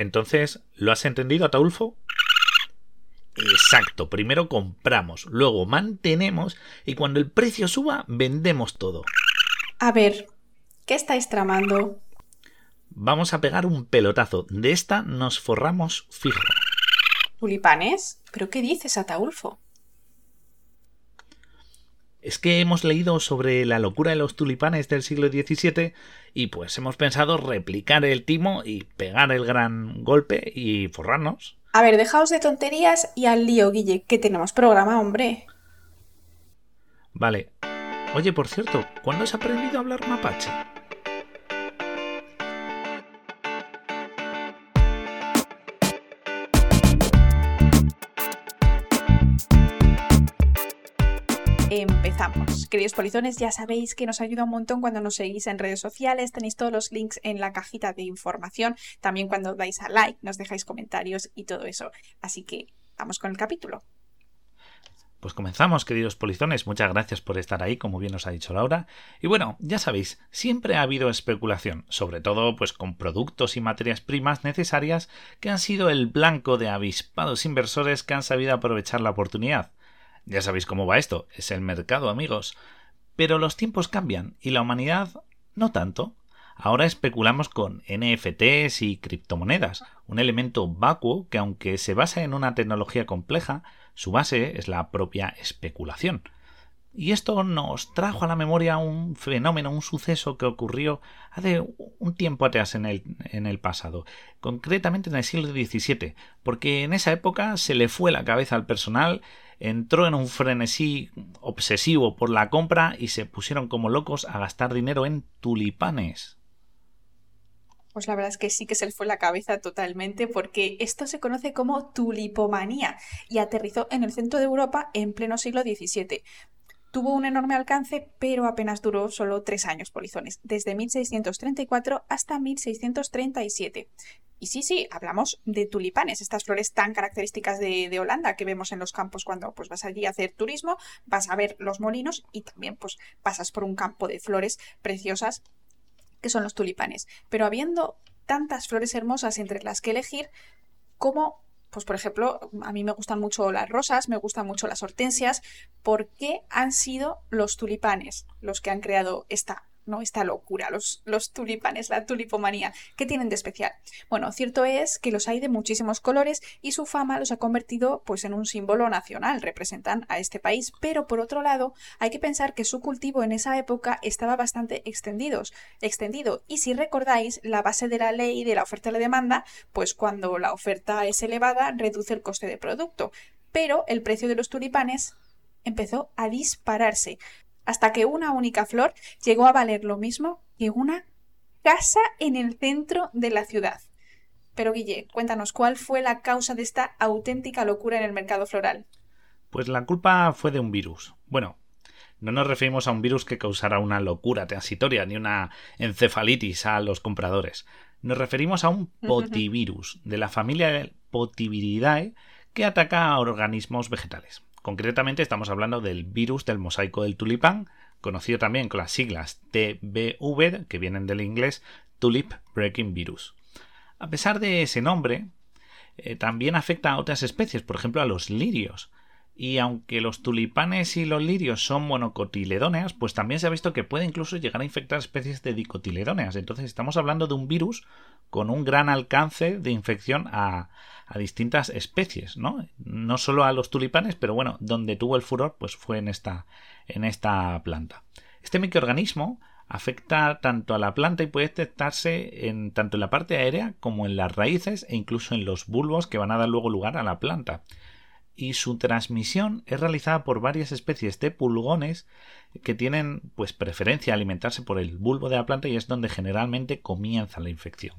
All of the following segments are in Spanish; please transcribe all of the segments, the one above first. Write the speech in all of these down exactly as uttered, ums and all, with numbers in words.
Entonces, ¿lo has entendido, Ataulfo? Exacto, primero compramos, luego mantenemos y cuando el precio suba, vendemos todo. A ver, ¿qué estáis tramando? Vamos a pegar un pelotazo. De esta nos forramos fijo. ¿Tulipanes? ¿Pero qué dices, Ataulfo? Es que hemos leído sobre la locura de los tulipanes del siglo diecisiete y pues hemos pensado replicar el timo y pegar el gran golpe y forrarnos. A ver, dejaos de tonterías y al lío, Guille, que tenemos programa, hombre. Vale. Oye, por cierto, ¿cuándo has aprendido a hablar mapache? Empezamos. Queridos polizones, ya sabéis que nos ayuda un montón cuando nos seguís en redes sociales, tenéis todos los links en la cajita de información, también cuando dais a like, nos dejáis comentarios y todo eso. Así que vamos con el capítulo. Pues comenzamos, queridos polizones. Muchas gracias por estar ahí, como bien os ha dicho Laura. Y bueno, ya sabéis, siempre ha habido especulación, sobre todo pues con productos y materias primas necesarias que han sido el blanco de avispados inversores que han sabido aprovechar la oportunidad. Ya sabéis cómo va esto, es el mercado, amigos. Pero los tiempos cambian y la humanidad no tanto. Ahora especulamos con N F Ts y criptomonedas, un elemento vacuo que aunque se basa en una tecnología compleja, su base es la propia especulación. Y esto nos trajo a la memoria un fenómeno, un suceso que ocurrió hace un tiempo atrás en el, en el pasado, concretamente en el siglo diecisiete, porque en esa época se le fue la cabeza al personal, entró en un frenesí obsesivo por la compra y se pusieron como locos a gastar dinero en tulipanes. Pues la verdad es que sí que se le fue la cabeza totalmente porque esto se conoce como tulipomanía y aterrizó en el centro de Europa en pleno siglo diecisiete. Tuvo un enorme alcance, pero apenas duró solo tres años, polizones, desde mil seiscientos treinta y cuatro hasta mil seiscientos treinta y siete. Y sí, sí, hablamos de tulipanes, estas flores tan características de, de Holanda que vemos en los campos cuando pues, vas allí a hacer turismo, vas a ver los molinos y también pues, pasas por un campo de flores preciosas que son los tulipanes. Pero habiendo tantas flores hermosas entre las que elegir, ¿cómo? Pues por ejemplo, a mí me gustan mucho las rosas, me gustan mucho las hortensias. ¿Por qué han sido los tulipanes los que han creado esta, ¿no? esta locura, los, los tulipanes, la tulipomanía? ¿Qué tienen de especial? Bueno, cierto es que los hay de muchísimos colores y su fama los ha convertido pues, en un símbolo nacional, representan a este país. Pero por otro lado, hay que pensar que su cultivo en esa época estaba bastante extendidos, extendido. Y si recordáis, la base de la ley de la oferta y la demanda, pues cuando la oferta es elevada, reduce el coste de producto. Pero el precio de los tulipanes empezó a dispararse, hasta que una única flor llegó a valer lo mismo que una casa en el centro de la ciudad. Pero Guille, cuéntanos, ¿cuál fue la causa de esta auténtica locura en el mercado floral? Pues la culpa fue de un virus. Bueno, no nos referimos a un virus que causara una locura transitoria ni una encefalitis a los compradores. Nos referimos a un potivirus de la familia Potiviridae que ataca a organismos vegetales. Concretamente estamos hablando del virus del mosaico del tulipán, conocido también con las siglas T B V, que vienen del inglés Tulip Breaking Virus. A pesar de ese nombre, eh, también afecta a otras especies, por ejemplo a los lirios. Y aunque los tulipanes y los lirios son monocotiledóneas, pues también se ha visto que puede incluso llegar a infectar especies de dicotiledóneas. Entonces estamos hablando de un virus con un gran alcance de infección a, a distintas especies, ¿no? No solo a los tulipanes, pero bueno, donde tuvo el furor pues fue en esta, en esta planta. Este microorganismo afecta tanto a la planta y puede detectarse en, tanto en la parte aérea como en las raíces e incluso en los bulbos que van a dar luego lugar a la planta. Y su transmisión es realizada por varias especies de pulgones que tienen pues preferencia a alimentarse por el bulbo de la planta y es donde generalmente comienza la infección.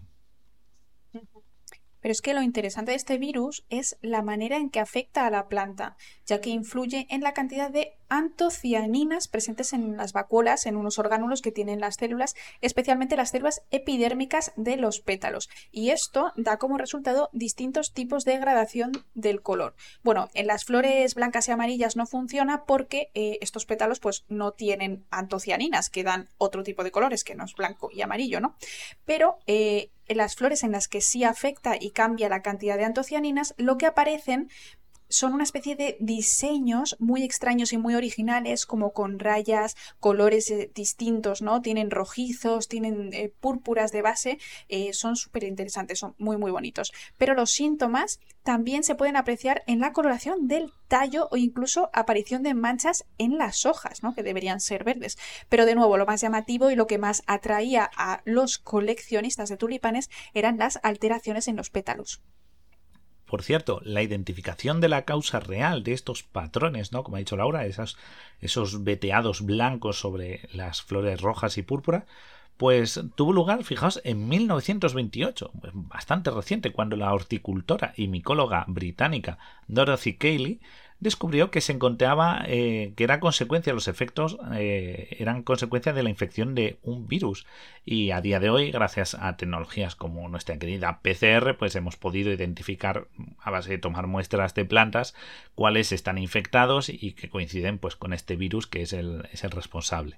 Pero es que lo interesante de este virus es la manera en que afecta a la planta, ya que influye en la cantidad de antocianinas presentes en las vacuolas, en unos orgánulos que tienen las células, especialmente las células epidérmicas de los pétalos. Y esto da como resultado distintos tipos de gradación del color. Bueno, en las flores blancas y amarillas no funciona porque eh, estos pétalos pues no tienen antocianinas, que dan otro tipo de colores que no es blanco y amarillo, ¿no? Pero eh, en las flores en las que sí afecta y cambia la cantidad de antocianinas, lo que aparecen son una especie de diseños muy extraños y muy originales, como con rayas, colores eh, distintos, ¿no? Tienen rojizos, tienen eh, púrpuras de base, eh, son súper interesantes, son muy muy bonitos. Pero los síntomas también se pueden apreciar en la coloración del tallo o incluso aparición de manchas en las hojas, ¿no? Que deberían ser verdes. Pero de nuevo, lo más llamativo y lo que más atraía a los coleccionistas de tulipanes eran las alteraciones en los pétalos. Por cierto, la identificación de la causa real de estos patrones, ¿no? Como ha dicho Laura, esas, esos veteados blancos sobre las flores rojas y púrpura, pues tuvo lugar, fijaos, en mil novecientos veintiocho, bastante reciente, cuando la horticultora y micóloga británica Dorothy Cayley descubrió que se encontraba eh, que era consecuencia, los efectos eh, eran consecuencia de la infección de un virus, y a día de hoy, gracias a tecnologías como nuestra querida P C R, pues hemos podido identificar a base de tomar muestras de plantas cuáles están infectados y que coinciden pues con este virus que es el, es el responsable.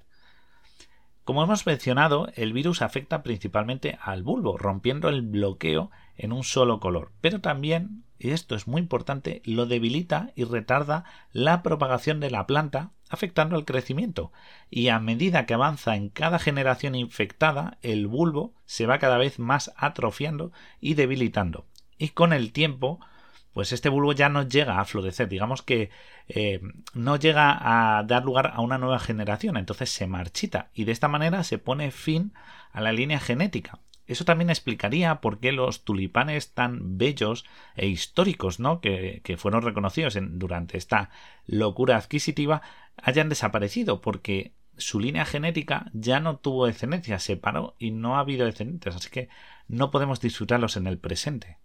Como hemos mencionado, el virus afecta principalmente al bulbo, rompiendo el bloqueo en un solo color, pero también, y esto es muy importante, lo debilita y retarda la propagación de la planta, afectando el crecimiento. Y a medida que avanza en cada generación infectada, el bulbo se va cada vez más atrofiando y debilitando. Y con el tiempo, pues este bulbo ya no llega a florecer, digamos que eh, no llega a dar lugar a una nueva generación, entonces se marchita y de esta manera se pone fin a la línea genética. Eso también explicaría por qué los tulipanes tan bellos e históricos, ¿no? que, que fueron reconocidos en, durante esta locura adquisitiva hayan desaparecido, porque su línea genética ya no tuvo descendencia, se paró y no ha habido descendientes, así que no podemos disfrutarlos en el presente.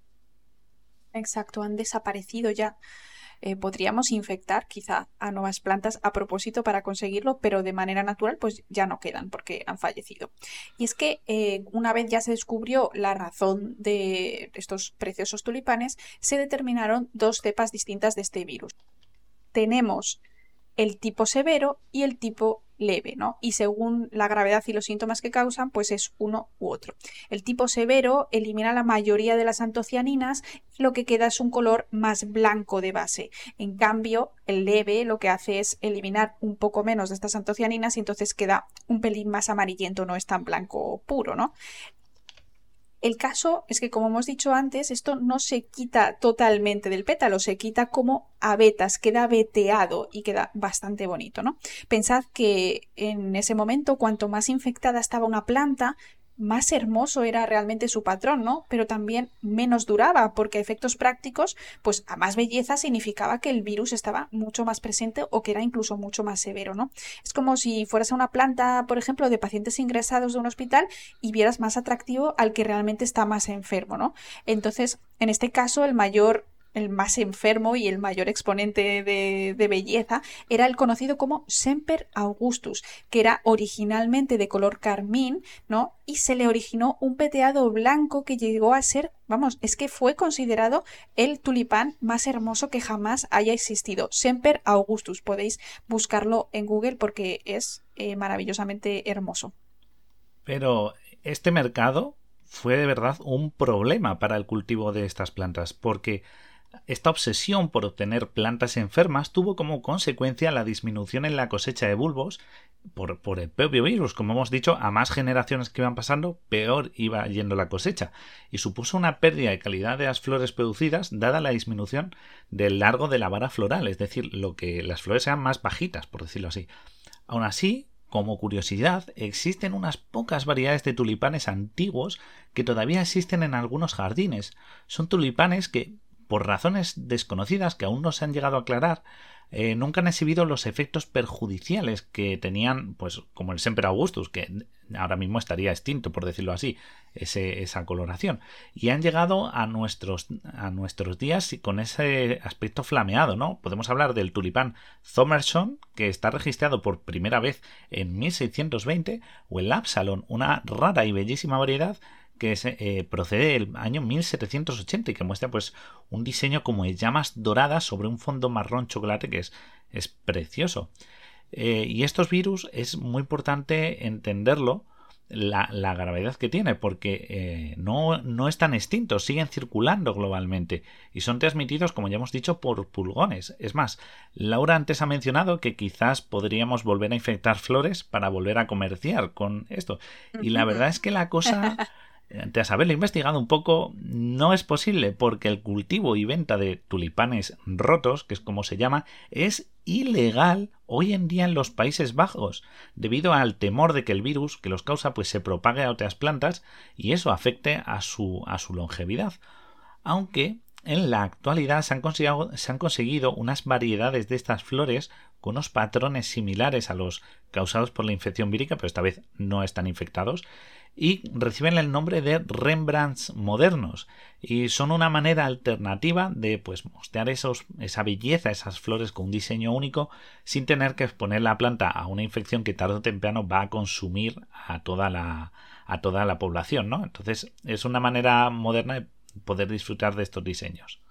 Exacto, han desaparecido ya. Eh, podríamos infectar quizá a nuevas plantas a propósito para conseguirlo, pero de manera natural pues ya no quedan porque han fallecido. Y es que eh, una vez ya se descubrió la razón de estos preciosos tulipanes, se determinaron dos cepas distintas de este virus. Tenemos el tipo severo y el tipo leve, ¿no? Y según la gravedad y los síntomas que causan, pues es uno u otro. El tipo severo elimina la mayoría de las antocianinas y lo que queda es un color más blanco de base. En cambio, el leve lo que hace es eliminar un poco menos de estas antocianinas y entonces queda un pelín más amarillento, no es tan blanco puro, ¿no? El caso es que, como hemos dicho antes, esto no se quita totalmente del pétalo, se quita como a vetas, queda veteado y queda bastante bonito, ¿no? Pensad que en ese momento, cuanto más infectada estaba una planta, más hermoso era realmente su patrón, ¿no? Pero también menos duraba, porque a efectos prácticos, pues a más belleza significaba que el virus estaba mucho más presente o que era incluso mucho más severo, ¿no? Es como si fueras a una planta, por ejemplo, de pacientes ingresados de un hospital y vieras más atractivo al que realmente está más enfermo, ¿no? Entonces, en este caso, el mayor el más enfermo y el mayor exponente de, de belleza era el conocido como Semper Augustus, que era originalmente de color carmín, ¿no? Y se le originó un peteado blanco que llegó a ser, vamos, es que fue considerado el tulipán más hermoso que jamás haya existido. Semper Augustus, podéis buscarlo en Google porque es eh, maravillosamente hermoso. Pero este mercado fue de verdad un problema para el cultivo de estas plantas, porque esta obsesión por obtener plantas enfermas tuvo como consecuencia la disminución en la cosecha de bulbos por, por el propio virus. Como hemos dicho, a más generaciones que iban pasando, peor iba yendo la cosecha, y supuso una pérdida de calidad de las flores producidas dada la disminución del largo de la vara floral, es decir, lo que las flores sean más bajitas, por decirlo así. Aún así, como curiosidad, existen unas pocas variedades de tulipanes antiguos que todavía existen en algunos jardines. Son tulipanes que, por razones desconocidas que aún no se han llegado a aclarar, eh, nunca han exhibido los efectos perjudiciales que tenían, pues como el Semper Augustus, que ahora mismo estaría extinto, por decirlo así, ese, esa coloración. Y han llegado a nuestros, a nuestros días con ese aspecto flameado, ¿no? Podemos hablar del tulipán Thomerson, que está registrado por primera vez en mil seiscientos veinte, o el Absalon, una rara y bellísima variedad que se, eh, procede del año mil setecientos ochenta y que muestra pues un diseño como de llamas doradas sobre un fondo marrón chocolate que es, es precioso. Eh, y estos virus es muy importante entenderlo, la, la gravedad que tiene, porque eh, no, no están extintos, siguen circulando globalmente y son transmitidos, como ya hemos dicho, por pulgones. Es más, Laura antes ha mencionado que quizás podríamos volver a infectar flores para volver a comerciar con esto. Y la verdad es que la cosa... Tras haberlo investigado un poco, no es posible porque el cultivo y venta de tulipanes rotos, que es como se llama, es ilegal hoy en día en los Países Bajos, debido al temor de que el virus que los causa pues se propague a otras plantas y eso afecte a su, a su longevidad. Aunque en la actualidad se han conseguido, se han conseguido unas variedades de estas flores con unos patrones similares a los causados por la infección vírica, pero esta vez no están infectados, y reciben el nombre de Rembrandts modernos y son una manera alternativa de pues mostrar esos, esa belleza, esas flores con un diseño único sin tener que exponer la planta a una infección que tarde o temprano va a consumir a toda la, a toda la población, ¿no? Entonces es una manera moderna de poder disfrutar de estos diseños.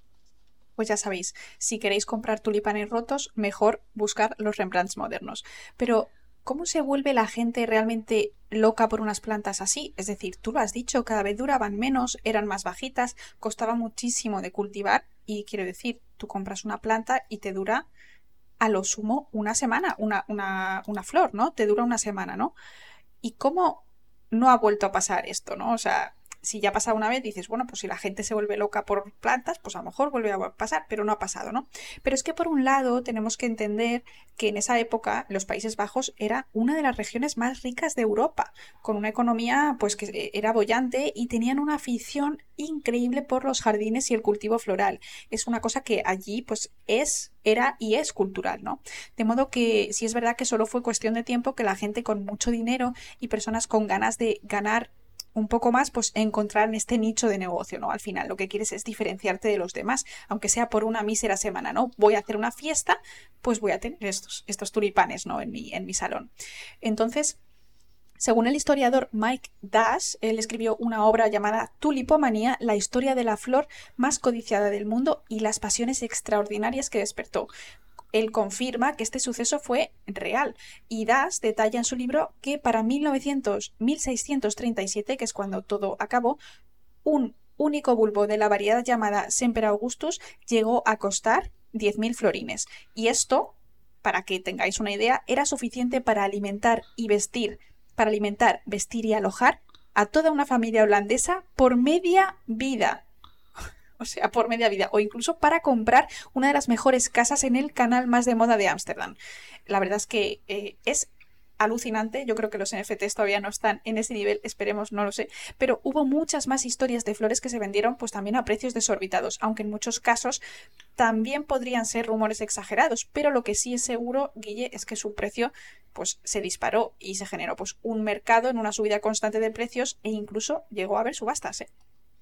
Pues ya sabéis, si queréis comprar tulipanes rotos, mejor buscar los Rembrandts modernos. Pero ¿cómo se vuelve la gente realmente loca por unas plantas así? Es decir, tú lo has dicho, cada vez duraban menos, eran más bajitas, costaba muchísimo de cultivar y quiero decir, tú compras una planta y te dura a lo sumo una semana, una, una, una flor, ¿no? Te dura una semana, ¿no? ¿Y cómo no ha vuelto a pasar esto, ¿no? O sea, si ya ha pasado una vez, dices, bueno, pues si la gente se vuelve loca por plantas, pues a lo mejor vuelve a pasar, pero no ha pasado, ¿no? Pero es que por un lado tenemos que entender que en esa época los Países Bajos era una de las regiones más ricas de Europa, con una economía pues que era boyante y tenían una afición increíble por los jardines y el cultivo floral. Es una cosa que allí pues es, era y es cultural, ¿no? De modo que sí es verdad que solo fue cuestión de tiempo que la gente con mucho dinero y personas con ganas de ganar un poco más, pues encontrar en este nicho de negocio, ¿no? Al final lo que quieres es diferenciarte de los demás, aunque sea por una mísera semana, ¿no? Voy a hacer una fiesta, pues voy a tener estos, estos tulipanes, ¿no? En mi, en mi salón. Entonces, según el historiador Mike Dash, él escribió una obra llamada Tulipomanía, la historia de la flor más codiciada del mundo y las pasiones extraordinarias que despertó. Él confirma que este suceso fue real y Das detalla en su libro que para mil novecientos, mil seiscientos treinta y siete, que es cuando todo acabó, un único bulbo de la variedad llamada Semper Augustus llegó a costar diez mil florines. Y esto, para que tengáis una idea, era suficiente para alimentar y vestir, para alimentar, vestir y alojar a toda una familia holandesa por media vida. O sea, por media vida, o incluso para comprar una de las mejores casas en el canal más de moda de Ámsterdam. La verdad es que eh, es alucinante. Yo creo que los N F Ts todavía no están en ese nivel, esperemos, no lo sé, pero hubo muchas más historias de flores que se vendieron pues también a precios desorbitados, aunque en muchos casos también podrían ser rumores exagerados, pero lo que sí es seguro, Guille, es que su precio pues se disparó y se generó pues un mercado en una subida constante de precios e incluso llegó a haber subastas, ¿eh?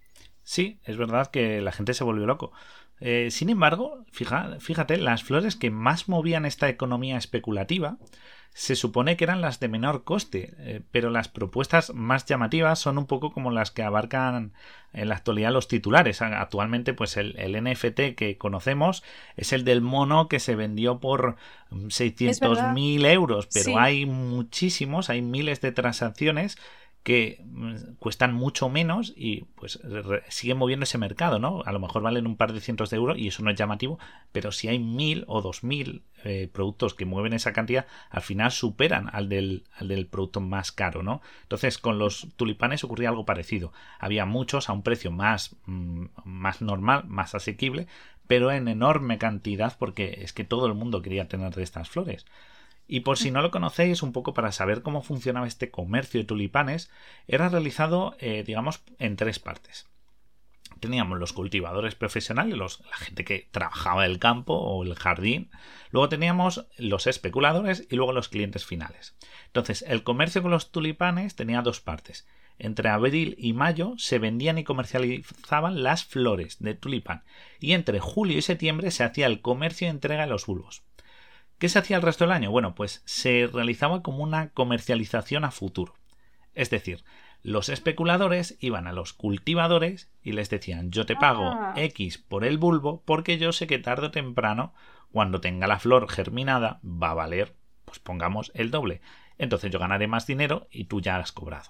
Sí, es verdad que la gente se volvió loco. Eh, sin embargo, fija, fíjate, las flores que más movían esta economía especulativa se supone que eran las de menor coste, eh, pero las propuestas más llamativas son un poco como las que abarcan en la actualidad los titulares. Actualmente, pues el, el N F T que conocemos es el del mono que se vendió por seiscientos mil euros, pero sí, hay muchísimos, hay miles de transacciones que cuestan mucho menos y pues siguen moviendo ese mercado, ¿no? A lo mejor valen un par de cientos de euros y eso no es llamativo, pero si hay mil o dos mil eh, productos que mueven esa cantidad, al final superan al del, al del producto más caro, ¿no? Entonces con los tulipanes ocurría algo parecido. Había muchos a un precio más, mmm, más normal, más asequible, pero en enorme cantidad porque es que todo el mundo quería tener de estas flores. Y por si no lo conocéis, un poco para saber cómo funcionaba este comercio de tulipanes, era realizado, eh, digamos, en tres partes. teníamos los cultivadores profesionales, los, la gente que trabajaba el campo o el jardín. Luego teníamos los especuladores y luego los clientes finales. Entonces, el comercio con los tulipanes tenía dos partes. Entre abril y mayo se vendían y comercializaban las flores de tulipán. Y entre julio y septiembre se hacía el comercio y entrega de los bulbos. ¿Qué se hacía el resto del año? Bueno, pues se realizaba como una comercialización a futuro. Es decir, los especuladores iban a los cultivadores y les decían: yo te pago Ah. X por el bulbo porque yo sé que tarde o temprano, cuando tenga la flor germinada, va a valer, pues pongamos, el doble. Entonces yo ganaré más dinero y tú ya has cobrado.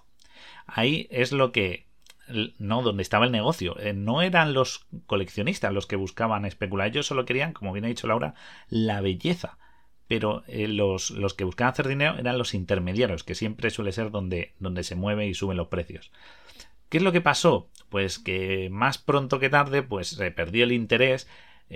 Ahí es lo que... no, donde estaba el negocio. Eh, no eran los coleccionistas los que buscaban especular. Ellos solo querían, como bien ha dicho Laura, la belleza. Pero eh, los, los que buscaban hacer dinero eran los intermediarios, que siempre suele ser donde, donde se mueve y suben los precios. ¿Qué es lo que pasó? Pues que más pronto que tarde pues se perdió el interés,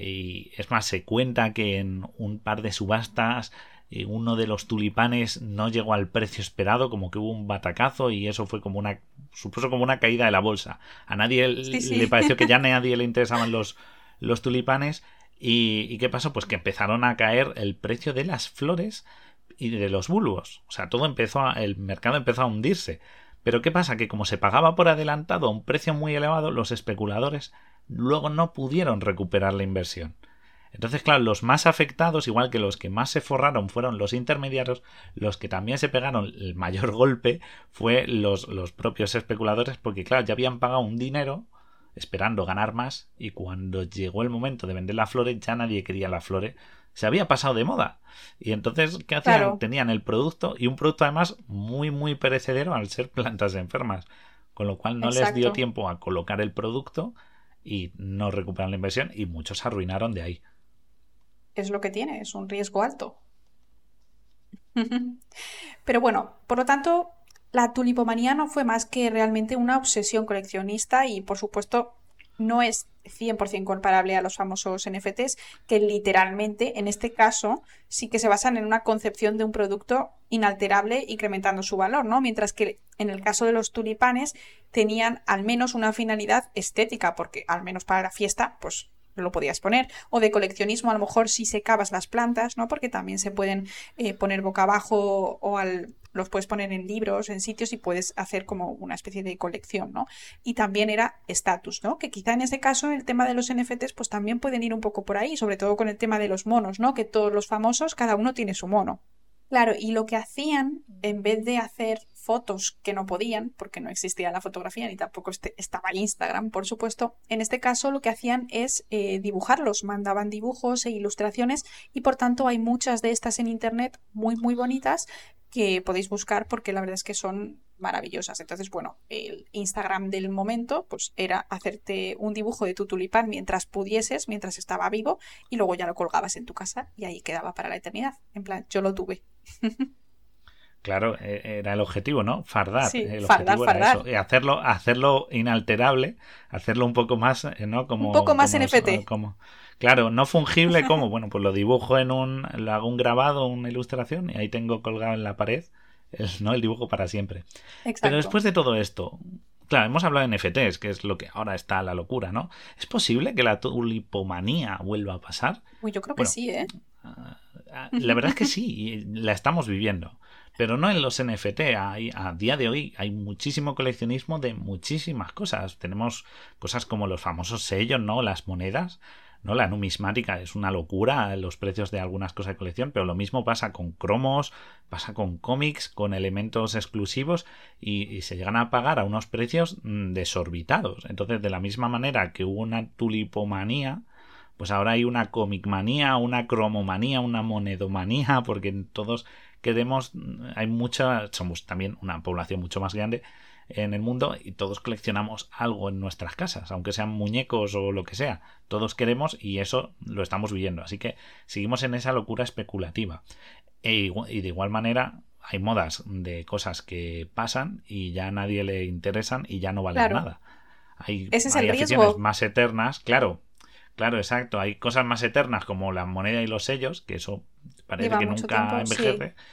y es más, se cuenta que en un par de subastas eh, uno de los tulipanes no llegó al precio esperado, como que hubo un batacazo y eso fue como una, supuso como una caída de la bolsa. A nadie Sí, sí. le pareció que ya a nadie le interesaban los, los tulipanes. ¿Y, ¿Y qué pasó? Pues que empezaron a caer el precio de las flores y de los bulbos. O sea, todo empezó a, el mercado empezó a hundirse. Pero ¿qué pasa? Que como se pagaba por adelantado a un precio muy elevado, los especuladores luego no pudieron recuperar la inversión. Entonces, claro, los más afectados, igual que los que más se forraron, fueron los intermediarios. Los que también se pegaron el mayor golpe fue los, los propios especuladores, porque claro, ya habían pagado un dinero esperando ganar más, y cuando llegó el momento de vender las flores ya nadie quería las flores, se había pasado de moda. Y entonces, ¿qué hacían? Claro. Tenían el producto, y un producto además muy muy perecedero al ser plantas enfermas, con lo cual no les dio Exacto. tiempo a colocar el producto y no recuperaron la inversión, y muchos se arruinaron de ahí. Es lo que tiene, es un riesgo alto. Pero bueno, por lo tanto, la tulipomanía no fue más que realmente una obsesión coleccionista y, por supuesto, no es cien por ciento comparable a los famosos N F Ts, que literalmente, en este caso, sí que se basan en una concepción de un producto inalterable, incrementando su valor, ¿no? Mientras que en el caso de los tulipanes tenían al menos una finalidad estética, porque al menos para la fiesta, pues lo podías poner, o de coleccionismo, a lo mejor si secabas las plantas, ¿no? Porque también se pueden eh, poner boca abajo o al, los puedes poner en libros, en sitios, y puedes hacer como una especie de colección, ¿no? Y también era estatus, ¿no? Que quizá en este caso el tema de los N F Ts pues también pueden ir un poco por ahí, sobre todo con el tema de los monos, ¿no? Que todos los famosos, cada uno tiene su mono. Claro, y lo que hacían, en vez de hacer fotos que no podían, porque no existía la fotografía ni tampoco este, estaba Instagram, por supuesto, en este caso lo que hacían es eh, dibujarlos, mandaban dibujos e ilustraciones, y por tanto hay muchas de estas en internet muy muy bonitas que podéis buscar porque la verdad es que son maravillosas. Entonces, bueno, el Instagram del momento pues era hacerte un dibujo de tu tulipán mientras pudieses, mientras estaba vivo, y luego ya lo colgabas en tu casa y ahí quedaba para la eternidad. En plan, yo lo tuve. Claro, era el objetivo, ¿no? Fardar. Sí, El fardar, objetivo era fardar. eso. Y hacerlo, hacerlo inalterable, hacerlo un poco más, ¿no? Un poco Como, más como, N F T. como, claro, no fungible, como, bueno, pues lo dibujo en un, lo hago un grabado, una ilustración, y ahí tengo colgado en la pared, el, ¿no? El dibujo para siempre. Pero Exacto. después de todo esto, claro, hemos hablado de N F Ts, que es lo que ahora está la locura, ¿no? ¿Es posible que la tulipomanía vuelva a pasar? Uy, yo creo que Bueno, sí, ¿eh? la verdad es que sí, y la estamos viviendo. Pero no en los N F T. Hay, a día de hoy hay muchísimo coleccionismo de muchísimas cosas. Tenemos cosas como los famosos sellos, ¿no? Las monedas, ¿no? La numismática es una locura, los precios de algunas cosas de colección, pero lo mismo pasa con cromos, pasa con cómics, con elementos exclusivos, y, y se llegan a pagar a unos precios mm, desorbitados. Entonces, de la misma manera que hubo una tulipomanía, pues ahora hay una comicmanía, una cromomanía, una monedomanía, porque todos queremos, hay mucha, somos también una población mucho más grande en el mundo, y todos coleccionamos algo en nuestras casas, aunque sean muñecos o lo que sea. Todos queremos, y eso lo estamos viviendo. Así que seguimos en esa locura especulativa. E, y de igual manera hay modas de cosas que pasan y ya a nadie le interesan y ya no valen Claro. nada. Hay, Ese es hay el aficiones riesgo. más eternas, claro. Claro, exacto. Hay cosas más eternas como la moneda y los sellos, que eso parece Lleva que mucho nunca tiempo, sí. envejece.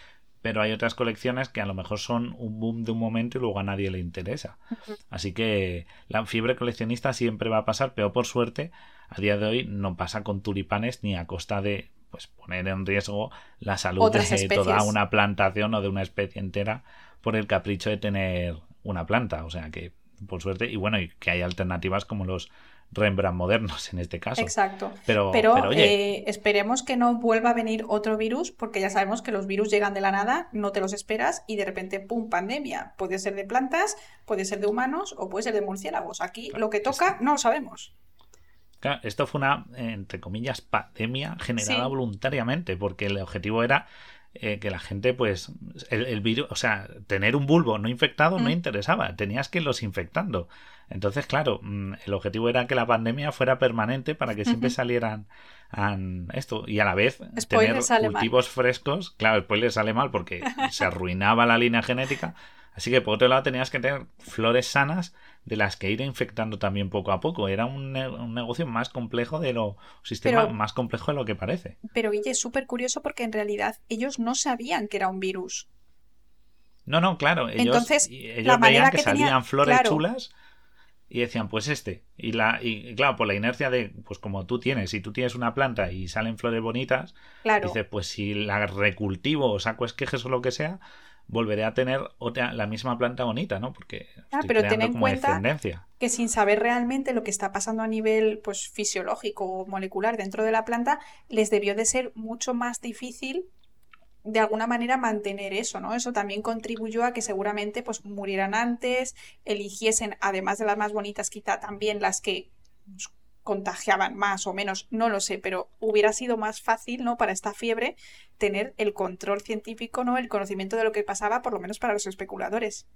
pero hay otras colecciones que a lo mejor son un boom de un momento y luego a nadie le interesa. Así que la fiebre coleccionista siempre va a pasar, pero por suerte a día de hoy no pasa con tulipanes ni a costa de pues poner en riesgo la salud Otras de especies. toda una plantación o de una especie entera por el capricho de tener una planta. O sea que, por suerte, y bueno, y que hay alternativas como los Rembrandt modernos en este caso. Exacto. Pero, Pero, pero oye, eh, esperemos que no vuelva a venir otro virus, porque ya sabemos que los virus llegan de la nada, no te los esperas y de repente, ¡pum!, pandemia. Puede ser de plantas, puede ser de humanos o puede ser de murciélagos. Aquí lo que toca no lo sabemos. claro, esto fue una, entre comillas, pandemia generada Sí. voluntariamente, porque el objetivo era eh, que la gente, pues, el, el virus, o sea, tener un bulbo no infectado no Mm. interesaba, tenías que irlos infectando. Entonces, claro, mm, el objetivo era que la pandemia fuera permanente para que siempre salieran an- esto y a la vez Spoiler, tener sale mal. cultivos frescos. Claro, después le sale mal porque se arruinaba la línea genética. Así que por otro lado tenías que tener flores sanas de las que ir infectando también poco a poco. Era un, ne- un negocio más complejo de lo, un sistema Pero, más complejo de lo que parece. pero Guille, es súper curioso porque en realidad ellos no sabían que era un virus. No, no, claro, ellos, Entonces, y la ellos veían manera que que tenía, salían flores claro, chulas y decían, pues este. Y la y claro, por la inercia de, pues como tú tienes, si tú tienes una planta y salen flores bonitas, claro. dices, pues si la recultivo o saco esquejes o lo que sea, volveré a tener otra, la misma planta bonita, ¿no? Porque Ah, estoy pero ten creando en como cuenta descendencia. que sin saber realmente lo que está pasando a nivel pues fisiológico o molecular dentro de la planta, les debió de ser mucho más difícil de alguna manera mantener eso, ¿no? Eso también contribuyó a que seguramente pues murieran antes, eligiesen, además de las más bonitas, quizá también las que pues, contagiaban más o menos, no lo sé, pero hubiera sido más fácil, ¿no? Para esta fiebre tener el control científico, ¿no? El conocimiento de lo que pasaba, por lo menos para los especuladores.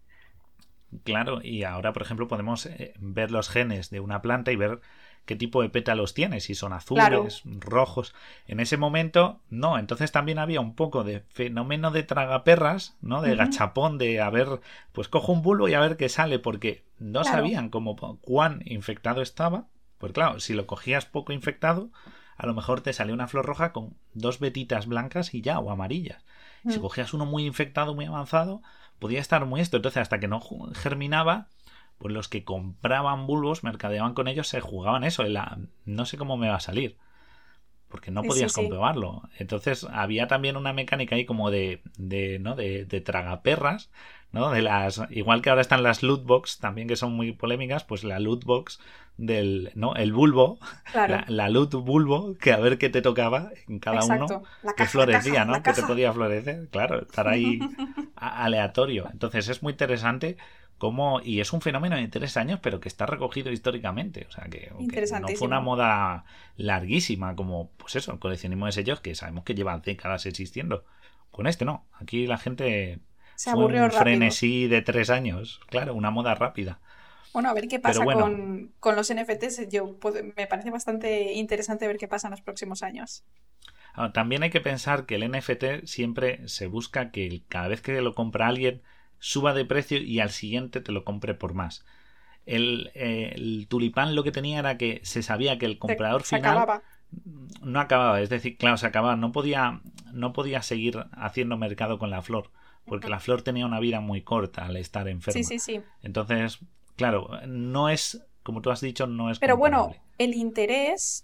Claro, y ahora, por ejemplo, podemos eh, ver los genes de una planta y ver qué tipo de pétalos tiene, si son Claro. azules, rojos. En ese momento, no. Entonces también había un poco de fenómeno de tragaperras, ¿no? De Ujú. gachapón, de a ver, pues cojo un bulbo y a ver qué sale, porque no Claro. sabían cómo cuán infectado estaba. Pues claro, si lo cogías poco infectado, a lo mejor te sale una flor roja con dos vetitas blancas y ya, o amarillas. Si Mm. cogías uno muy infectado, muy avanzado, podía estar muy esto. Entonces, hasta que no germinaba, pues los que compraban bulbos, mercadeaban con ellos, se jugaban eso. La, no sé cómo me va a salir. Porque no Sí, sí, podías sí. comprobarlo. Entonces había también una mecánica ahí como de, de ¿no? De, de tragaperras, ¿no? De las, igual que ahora están las loot box, también que son muy polémicas, pues la loot box del, ¿no? El bulbo, la, Claro. la loot bulbo, que a ver qué te tocaba en cada uno, Exacto. La que caja, la florecía, caja, la ¿no? Que te caja. podía florecer, claro, estar ahí a- aleatorio. Entonces es muy interesante cómo, y es un fenómeno de tres años, pero que está recogido históricamente. O sea, que, que no fue una Interesantísimo. moda larguísima, como, pues eso, el coleccionismo de sellos, que sabemos que lleva décadas existiendo. Con este no. Aquí la gente Se fue aburrió un rápido. frenesí de tres años. Claro, una moda rápida. Bueno, a ver qué Pero pasa bueno, con, con los N F Ts. Yo, puedo- me parece bastante interesante ver qué pasa en los próximos años. ah, también hay que pensar que el N F T siempre se busca que el- cada vez que lo compra alguien suba de precio y al siguiente te lo compre por más. El, eh, el tulipán lo que tenía era que se sabía que el Se, comprador se final acababa. no acababa, es decir, claro, se acababa, no podía, no podía seguir haciendo mercado con la flor, porque Ujú. la flor tenía una vida muy corta al estar Sí, enferma. sí, sí. Entonces, claro, no es, como tú has dicho, no es Pero bueno, comparable. el interés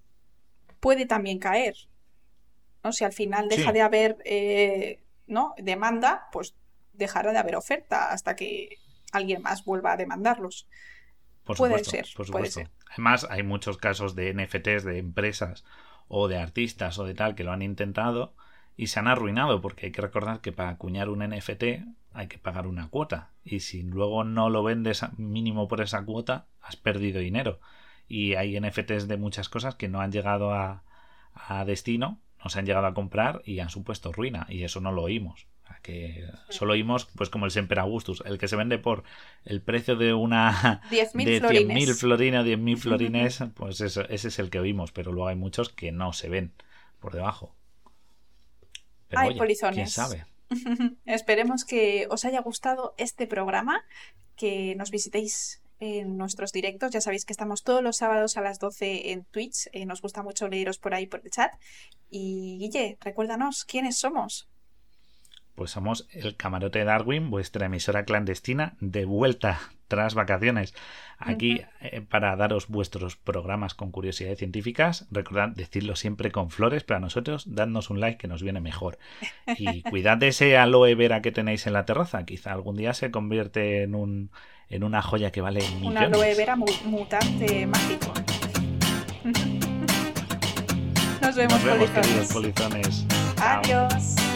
puede también caer, ¿no? Si al final deja Sí, de haber, eh, ¿no? demanda, pues dejará de haber oferta hasta que alguien más vuelva a demandarlos. por Puede supuesto, ser, por puede supuesto. ser. Además, hay muchos casos de N F Ts de empresas o de artistas o de tal que lo han intentado y se han arruinado porque hay que recordar que para acuñar un N F T hay que pagar una cuota y si luego no lo vendes mínimo por esa cuota has perdido dinero y hay N F Ts de muchas cosas que no han llegado a, a destino, no se han llegado a comprar y han supuesto ruina y eso no lo oímos. Que solo oímos, pues como el Semper Augustus, el que se vende por el precio de una Diez mil de cien florines. mil florines o diez mil florines, pues eso, ese es el que oímos, pero luego hay muchos que no se ven por debajo. Pero Ay, oye, quién polizones. sabe. Esperemos que os haya gustado este programa, que nos visitéis en nuestros directos. Ya sabéis que estamos todos los sábados a las doce en Twitch. Eh, nos gusta mucho leeros por ahí por el chat. Y Guille, recuérdanos quiénes somos. Pues somos el Camarote de Darwin, vuestra emisora clandestina, de vuelta tras vacaciones aquí uh-huh. eh, para daros vuestros programas con curiosidades científicas. Recordad decirlo siempre con flores, pero a nosotros dadnos un like que nos viene mejor. Y cuidad de ese aloe vera que tenéis en la terraza, quizá algún día se convierte en un en una joya que vale millones. Un aloe vera mu- mutante mágico. Nos vemos, Nos vemos polizones. queridos polizones. Adiós.